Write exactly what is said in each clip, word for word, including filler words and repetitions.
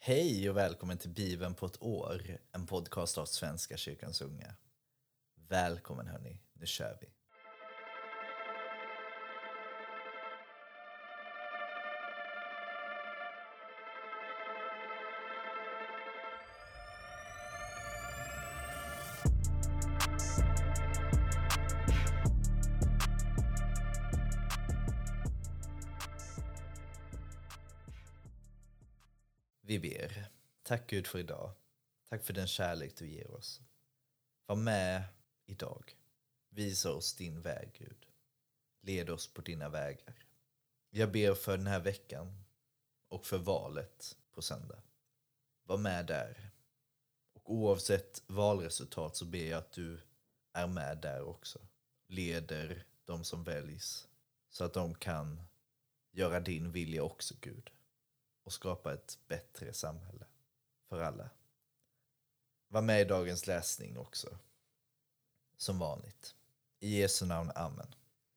Hej och välkommen till Bibeln på ett år, en podcast av Svenska kyrkans unga. Välkommen hörni, nu kör vi. Vi ber. Tack Gud för idag. Tack för den kärlek du ger oss. Var med idag. Visa oss din väg, Gud. Led oss på dina vägar. Jag ber för den här veckan och för valet på söndag. Var med där. Och oavsett valresultat så ber jag att du är med där också. Leder de som väljs så att de kan göra din vilja också, Gud. Och skapa ett bättre samhälle för alla. Var med i dagens läsning också. Som vanligt. I Jesu namn, amen.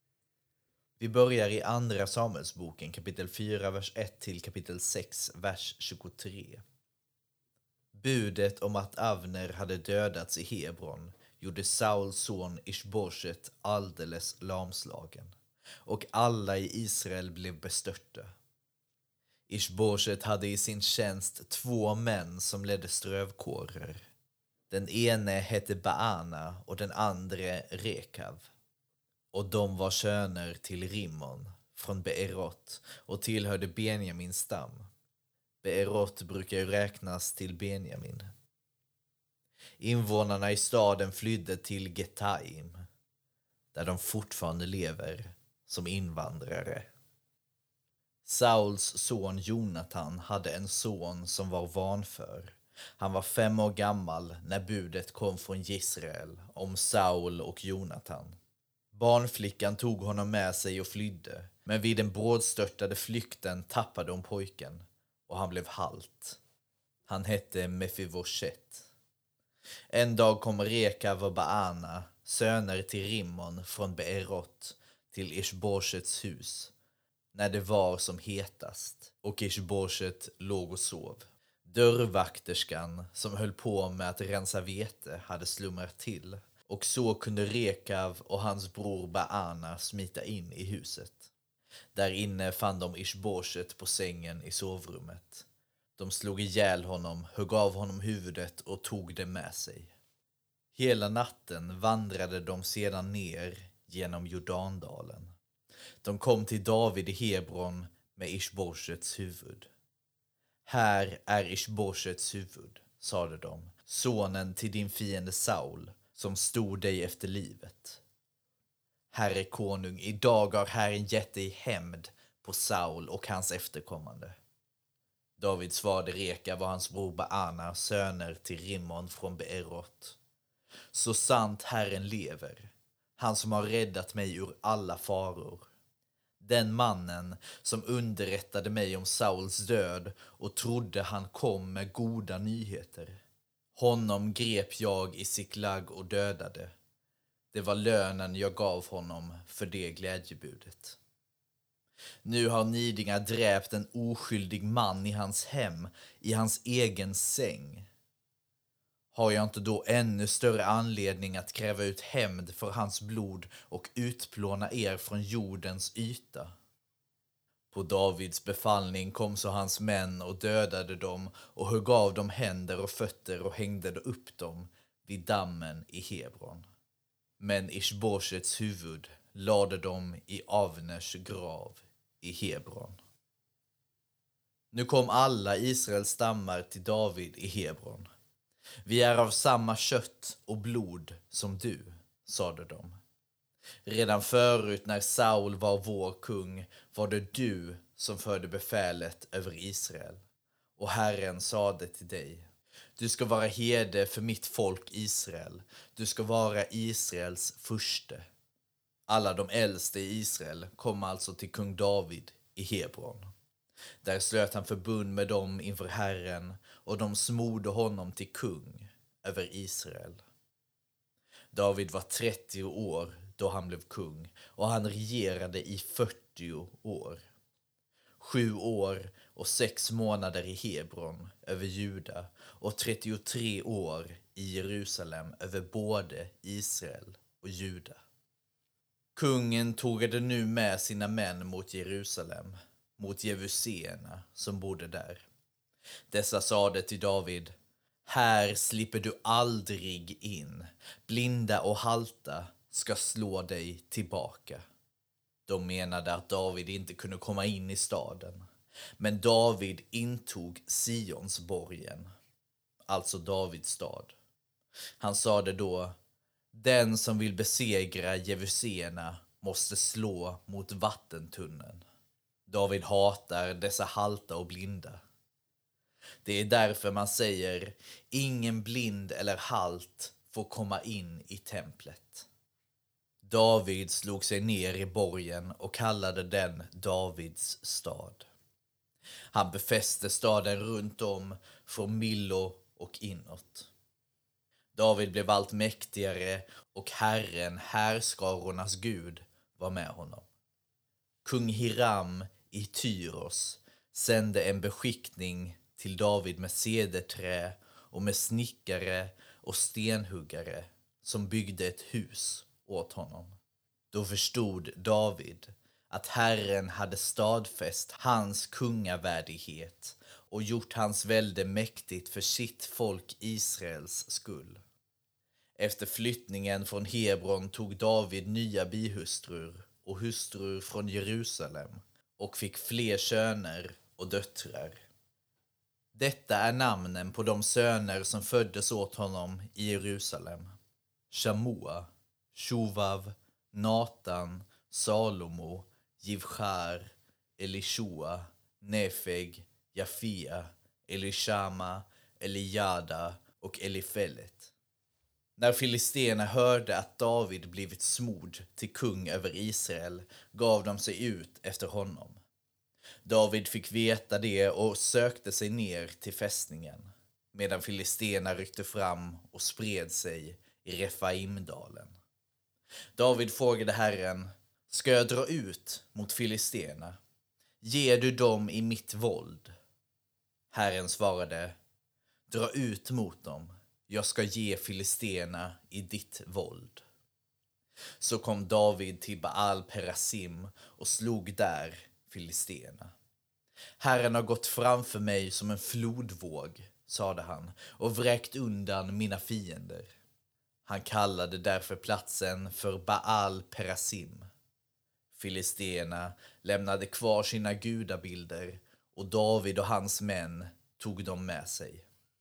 Vi börjar i andra Samuelsboken kapitel fyra, vers ett till kapitel sex, vers tjugotre. Budet om att Avner hade dödats i Hebron gjorde Sauls son Ishboshet alldeles lamslagen. Och alla i Israel blev bestörta. Ishboshet hade i sin tjänst två män som ledde strövkårer. Den ene hette Baana och den andra Rekav. Och de var söner till Rimmon från Beerot och tillhörde Benjamins stam. Beerot brukar ju räknas till Benjamin. Invånarna i staden flydde till Getaim, där de fortfarande lever som invandrare. Sauls son Jonatan hade en son som var vanför. Han var fem år gammal när budet kom från Israel om Saul och Jonatan. Barnflickan tog honom med sig och flydde, men vid den brådstörtade flykten tappade hon pojken och han blev halt. Han hette Mefivoshet. En dag kom Rekav och Baana, söner till Rimmon från Beerot, till Ishboshets hus, när det var som hetast, och Ishboshet låg och sov. Dörrvakterskan som höll på med att rensa vete hade slumrat till, och så kunde Rekav och hans bror Baana smita in i huset. Där inne fann de Ishboshet på sängen i sovrummet. De slog ihjäl honom, högg av honom huvudet och tog det med sig. Hela natten vandrade de sedan ner genom Jordandalen. De kom till David i Hebron med Ishboshets huvud. Här är Ishboshets huvud, sade de, sonen till din fiende Saul, som stod dig efter livet. Herre konung, idag har Herren gett dig hämnd på Saul och hans efterkommande. David svarade Rekav och hans bror Baana, söner till Rimmon från Beerot. Så sant Herren lever, han som har räddat mig ur alla faror. Den mannen som underrättade mig om Sauls död och trodde han kom med goda nyheter. Honom grep jag i Siklag och dödade. Det var lönen jag gav honom för det glädjebudet. Nu har nidingar dräpt en oskyldig man i hans hem, i hans egen säng. Har jag inte då ännu större anledning att kräva ut hämnd för hans blod och utplåna er från jordens yta? På Davids befallning kom så hans män och dödade dem och högg av dem händer och fötter och hängde upp dem vid dammen i Hebron. Men Ishboshets huvud lade dem i Avners grav i Hebron. Nu kom alla Israels stammar till David i Hebron. Vi är av samma kött och blod som du, sade de. Redan förut när Saul var vår kung var det du som förde befälet över Israel. Och Herren sade till dig: du ska vara herde för mitt folk Israel. Du ska vara Israels furste. Alla de äldste i Israel kom alltså till kung David i Hebron. Där slöt han förbund med dem inför Herren, och de smorde honom till kung över Israel. David var trettio år då han blev kung, och han regerade i fyrtio år. Sju år och sex månader i Hebron över Juda och trettiotre år i Jerusalem över både Israel och Juda. Kungen tågade nu med sina män mot Jerusalem, mot jevuséerna som bodde där. Dessa sade till David: här slipper du aldrig in. Blinda och halta ska slå dig tillbaka. De menade att David inte kunde komma in i staden. Men David intog Sionsborgen, alltså Davids stad. Han sade då: den som vill besegra jevuséerna måste slå mot vattentunneln. David hatar dessa halta och blinda. Det är därför man säger: ingen blind eller halt får komma in i templet. David slog sig ner i borgen och kallade den Davids stad. Han befäste staden runt om från Millo och inåt. David blev allt mäktigare och Herren, härskarornas Gud, var med honom. Kung Hiram i Tyros sände en beskickning till David med cederträ och med snickare och stenhuggare som byggde ett hus åt honom. Då förstod David att Herren hade stadfäst hans kungavärdighet och gjort hans välde mäktigt för sitt folk Israels skull. Efter flyttningen från Hebron tog David nya bihustrur och hustrur från Jerusalem och fick fler söner och döttrar. Detta är namnen på de söner som föddes åt honom i Jerusalem: Shamua, Shovav, Natan, Salomo, Jivchar, Elishua, Nefeg, Jafia, Elishama, Elijada och Elifelet. När filisterna hörde att David blivit smord till kung över Israel gav de sig ut efter honom. David fick veta det och sökte sig ner till fästningen, medan filisterna ryckte fram och spred sig i Refaimdalen. David frågade Herren: ska jag dra ut mot filisterna? Ger du dem i mitt våld? Herren svarade: dra ut mot dem. Jag ska ge filisterna i ditt våld. Så kom David till Baal Perasim och slog där filisterna. Herren har gått framför mig som en flodvåg, sade han, och vräkt undan mina fiender. Han kallade därför platsen för Baal Perasim. Filisterna lämnade kvar sina gudabilder och David och hans män tog dem med sig.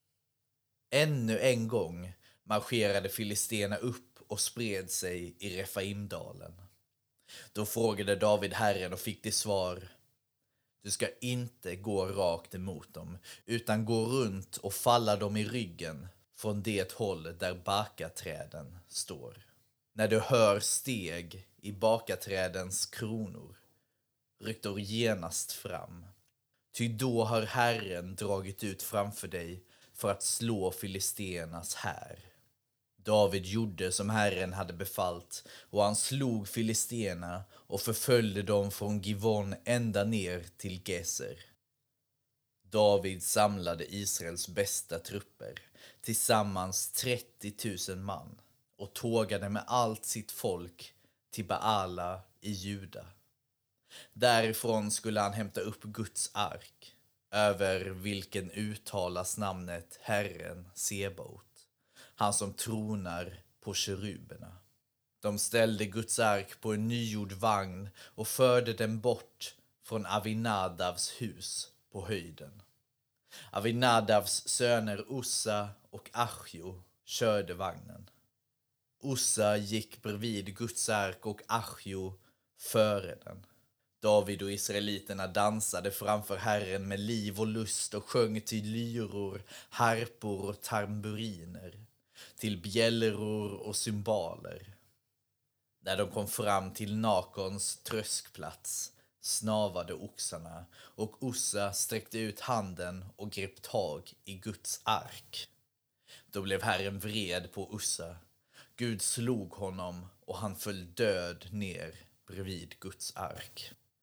Ännu en gång marscherade filisterna upp och spred sig i Refaimdalen. Då frågade David Herren och fick det svar: du ska inte gå rakt emot dem, utan gå runt och falla dem i ryggen från det håll där bakaträden står. När du hör steg i bakaträdens kronor, ryck då genast fram. Ty då har Herren dragit ut framför dig för att slå filisternas här. David gjorde som Herren hade befallt, och han slog filisterna och förföljde dem från Givon ända ner till Geser. David samlade Israels bästa trupper, tillsammans trettio tusen man, och tågade med allt sitt folk till Baala i Juda. Därifrån skulle han hämta upp Guds ark, över vilken uttalas namnet Herren Sebaot, han som tronar på keruberna. De ställde Guds ark på en nygjord vagn och förde den bort från Avinadavs hus på höjden. Avinadavs söner Ussa och Achjo körde vagnen. Ussa gick bredvid Guds ark och Achjo före den. David och israeliterna dansade framför Herren med liv och lust och sjöng till lyror, harpor och tamburiner, till bjällror och cymbaler. När de kom fram till Nakons tröskplats snavade oxarna, och Ussa sträckte ut handen och grep tag i Guds ark. Då blev Herren vred på Ussa. Gud slog honom och han föll död ner bredvid Guds ark.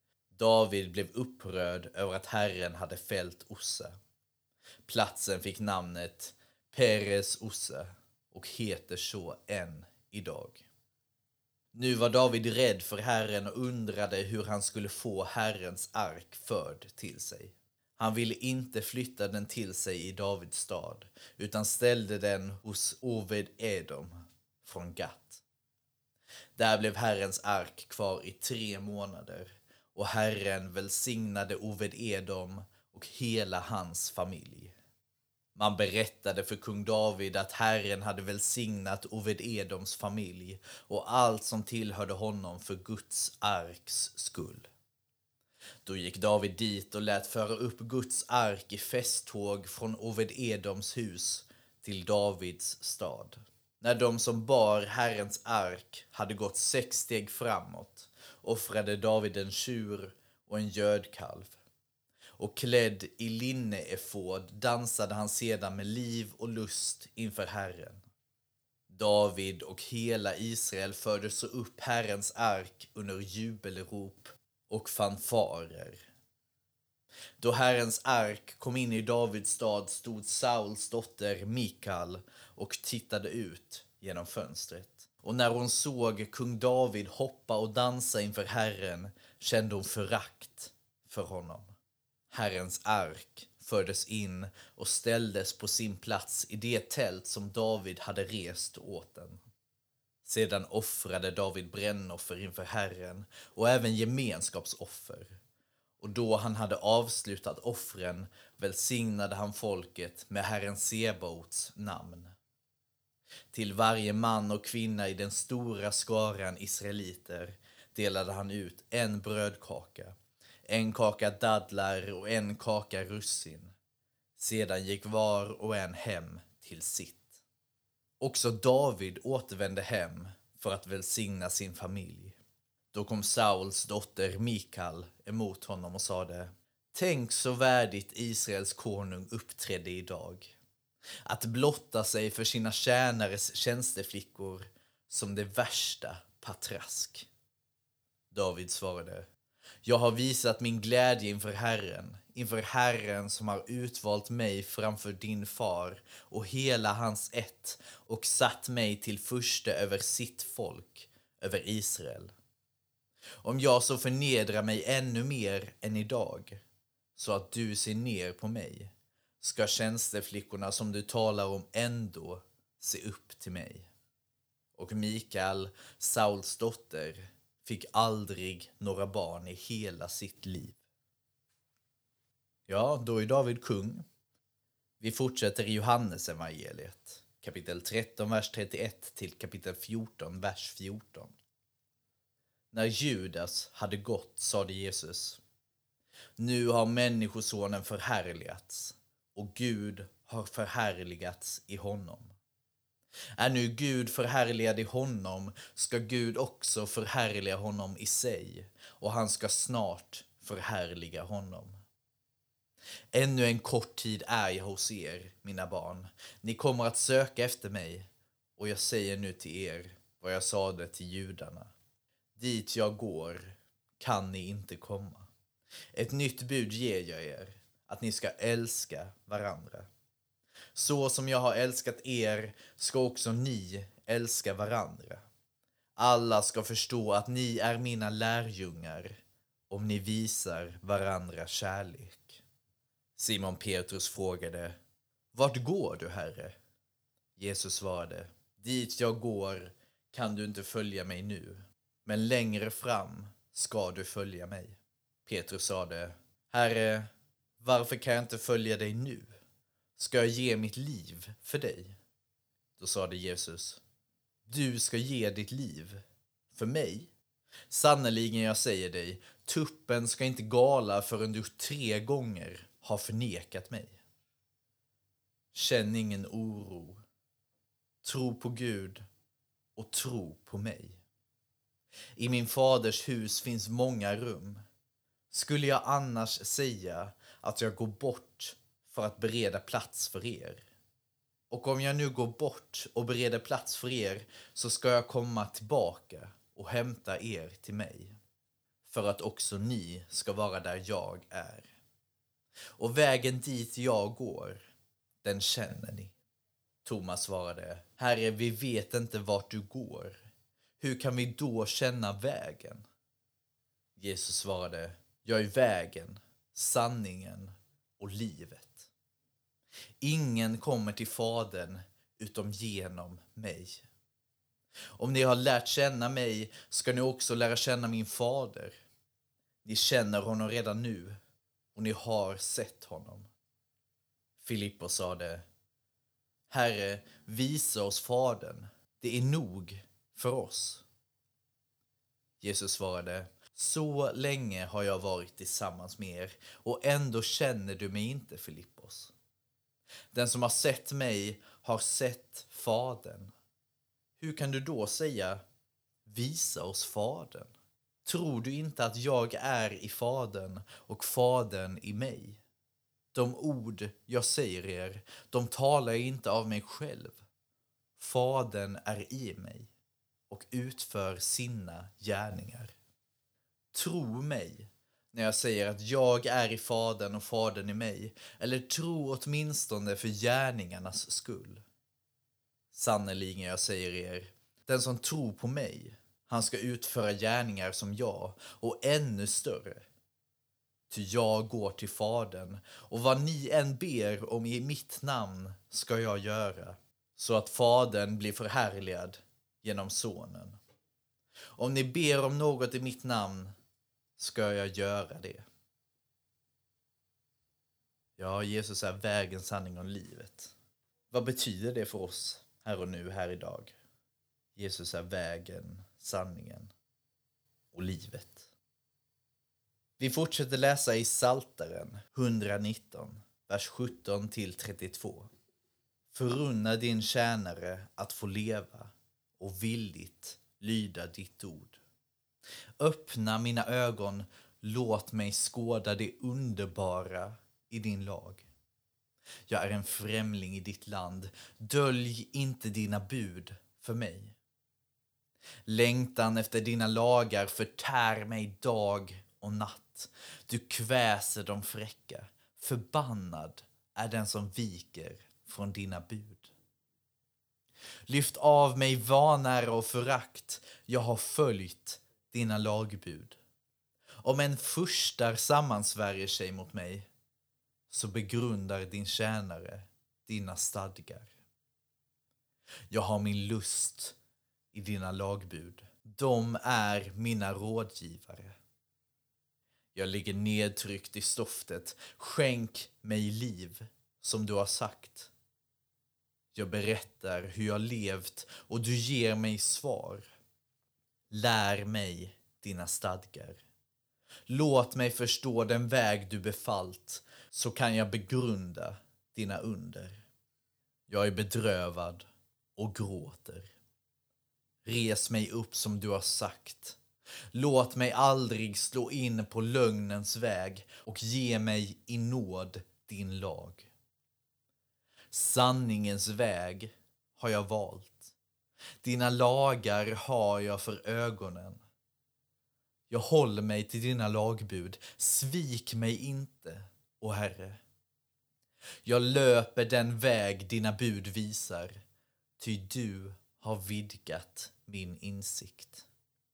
David blev upprörd över att Herren hade fällt Osse. Platsen fick namnet Peres Osse och heter så än idag. Nu var David rädd för Herren och undrade hur han skulle få Herrens ark förd till sig. Han ville inte flytta den till sig i Davids stad, utan ställde den hos Oved Edom från Gat. Där blev Herrens ark kvar i tre månader, och Herren välsignade Oved Edom och hela hans familj. Man berättade för kung David att Herren hade välsignat Oved Edoms familj och allt som tillhörde honom för Guds arks skull. Då gick David dit och lät föra upp Guds ark i festtåg från Oved Edoms hus till Davids stad. När de som bar Herrens ark hade gått sex steg framåt offrade David en tjur och en gödkalv. Och klädd i linneefod dansade han sedan med liv och lust inför Herren. David och hela Israel förde så upp Herrens ark under jubelrop och fanfarer. Då Herrens ark kom in i Davids stad stod Sauls dotter Mikal och tittade ut genom fönstret. Och när hon såg kung David hoppa och dansa inför Herren kände hon förakt för honom. Herrens ark fördes in och ställdes på sin plats i det tält som David hade rest åt den. Sedan offrade David brännoffer inför Herren och även gemenskapsoffer. Och då han hade avslutat offren välsignade han folket med Herren Sebaots namn. Till varje man och kvinna i den stora skaran israeliter delade han ut en brödkaka, en kaka dadlar och en kaka russin. Sedan gick var och en hem till sitt. Också David återvände hem för att välsigna sin familj. Då kom Sauls dotter Mikal emot honom och sade: Tänk så värdigt Israels konung uppträdde idag. Att blotta sig för sina tjänares tjänsteflickor som det värsta patrask. David svarade: Jag har visat min glädje inför Herren, inför Herren som har utvalt mig framför din far och hela hans ett och satt mig till förste över sitt folk, över Israel. Om jag så förnedrar mig ännu mer än idag, så att du ser ner på mig, ska tjänsteflickorna som du talar om ändå se upp till mig. Och Mikal, Sauls dotter, fick aldrig några barn i hela sitt liv. Ja, då är David kung. Vi fortsätter i Johannes evangeliet, kapitel tretton, vers trettioett till kapitel fjorton, vers fjorton. När Judas hade gått sade Jesus: Nu har människosonen förhärligats, och Gud har förhärligats i honom. Är nu Gud förhärligad i honom, ska Gud också förhärliga honom i sig, och han ska snart förhärliga honom. Ännu en kort tid är jag hos er, mina barn. Ni kommer att söka efter mig, och jag säger nu till er vad jag sade till judarna. Dit jag går kan ni inte komma. Ett nytt bud ger jag er, att ni ska älska varandra. Så som jag har älskat er ska också ni älska varandra. Alla ska förstå att ni är mina lärjungar om ni visar varandra kärlek. Simon Petrus frågade: Vart går du, Herre? Jesus svarade: Dit jag går kan du inte följa mig nu, men längre fram ska du följa mig. Petrus sade: Herre, varför kan jag inte följa dig nu? Ska jag ge mitt liv för dig? Då sade Jesus: Du ska ge ditt liv för mig? Sannoliken jag säger dig, tuppen ska inte gala förrän du tre gånger har förnekat mig. Känn ingen oro. Tro på Gud och tro på mig. I min faders hus finns många rum. Skulle jag annars säga att jag går bort för att bereda plats för er? Och om jag nu går bort och bereder plats för er, så ska jag komma tillbaka och hämta er till mig. för att också ni ska vara där jag är. Och vägen dit jag går, den känner ni. Thomas svarade, Herre, vi vet inte vart du går. Hur kan vi då känna vägen? Jesus svarade, jag är vägen, sanningen och livet. Ingen kommer till Fadern utom genom mig. Om ni har lärt känna mig ska ni också lära känna min fader. Ni känner honom redan nu och ni har sett honom. Filippos sade, Herre, visa oss Fadern. Det är nog för oss. Jesus svarade, så länge har jag varit tillsammans med er och ändå känner du mig inte, Filippos. Den som har sett mig har sett Fadern. Hur kan du då säga, visa oss Fadern? Tror du inte att jag är i Fadern och Fadern i mig? De ord jag säger er, de talar inte av mig själv. Fadern är i mig och utför sina gärningar. Tro mig när jag säger att jag är i Fadern och Fadern i mig, eller tro åtminstone för gärningarnas skull. Sannerligen jag säger er, den som tror på mig, han ska utföra gärningar som jag och ännu större. Ty jag går till Fadern och vad ni än ber om i mitt namn ska jag göra, så att Fadern blir förhärligad genom Sonen. Om ni ber om något i mitt namn ska jag göra det. Ja, Jesus är vägen, sanningen och livet. Vad betyder det för oss här och nu, här idag? Jesus är vägen, sanningen och livet. Vi fortsätter läsa i Psaltaren etthundranitton, vers sjutton till trettiotvå. Förunna din tjänare att få leva och villigt lyda ditt ord. Öppna mina ögon, låt mig skåda det underbara i din lag. Jag är en främling i ditt land, dölj inte dina bud för mig. Längtan efter dina lagar förtär mig dag och natt. Du kväser de fräcka, förbannad är den som viker från dina bud. Lyft av mig vanära och förakt, jag har följt dina lagbud. Om en furstar sammansvärjer sig mot mig, så begrundar din tjänare dina stadgar. Jag har min lust i dina lagbud, de är mina rådgivare. Jag ligger nedtryckt i stoftet, skänk mig liv som du har sagt. Jag berättar hur jag levt och du ger mig svar. Lär mig dina stadgar. Låt mig förstå den väg du befallt, så kan jag begrunda dina under. Jag är bedrövad och gråter. Res mig upp som du har sagt. Låt mig aldrig slå in på lögnens väg och ge mig i nåd din lag. Sanningens väg har jag valt. Dina lagar har jag för ögonen. Jag håller mig till dina lagbud. Svik mig inte, o Herre. Jag löper den väg dina bud visar, ty du har vidgat min insikt.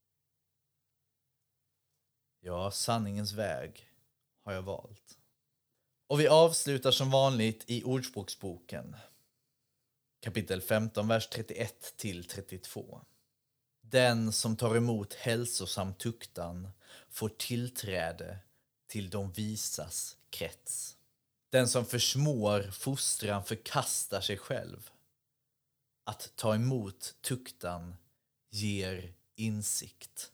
Ja, sanningens väg har jag valt. Och vi avslutar som vanligt i Ordspråksboken. Kapitel femton, vers trettioett till trettiotvå. Den som tar emot hälsosam tuktan får tillträde till de visas krets. Den som försmår fostran förkastar sig själv. Att ta emot tuktan ger insikt.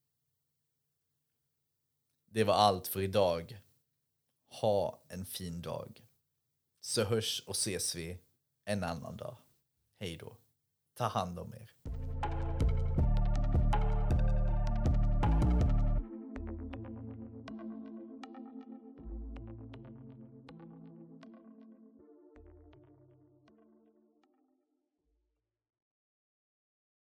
Det var allt för idag. Ha en fin dag. Så hörs och ses vi en annan dag. Hej då. Ta hand om er.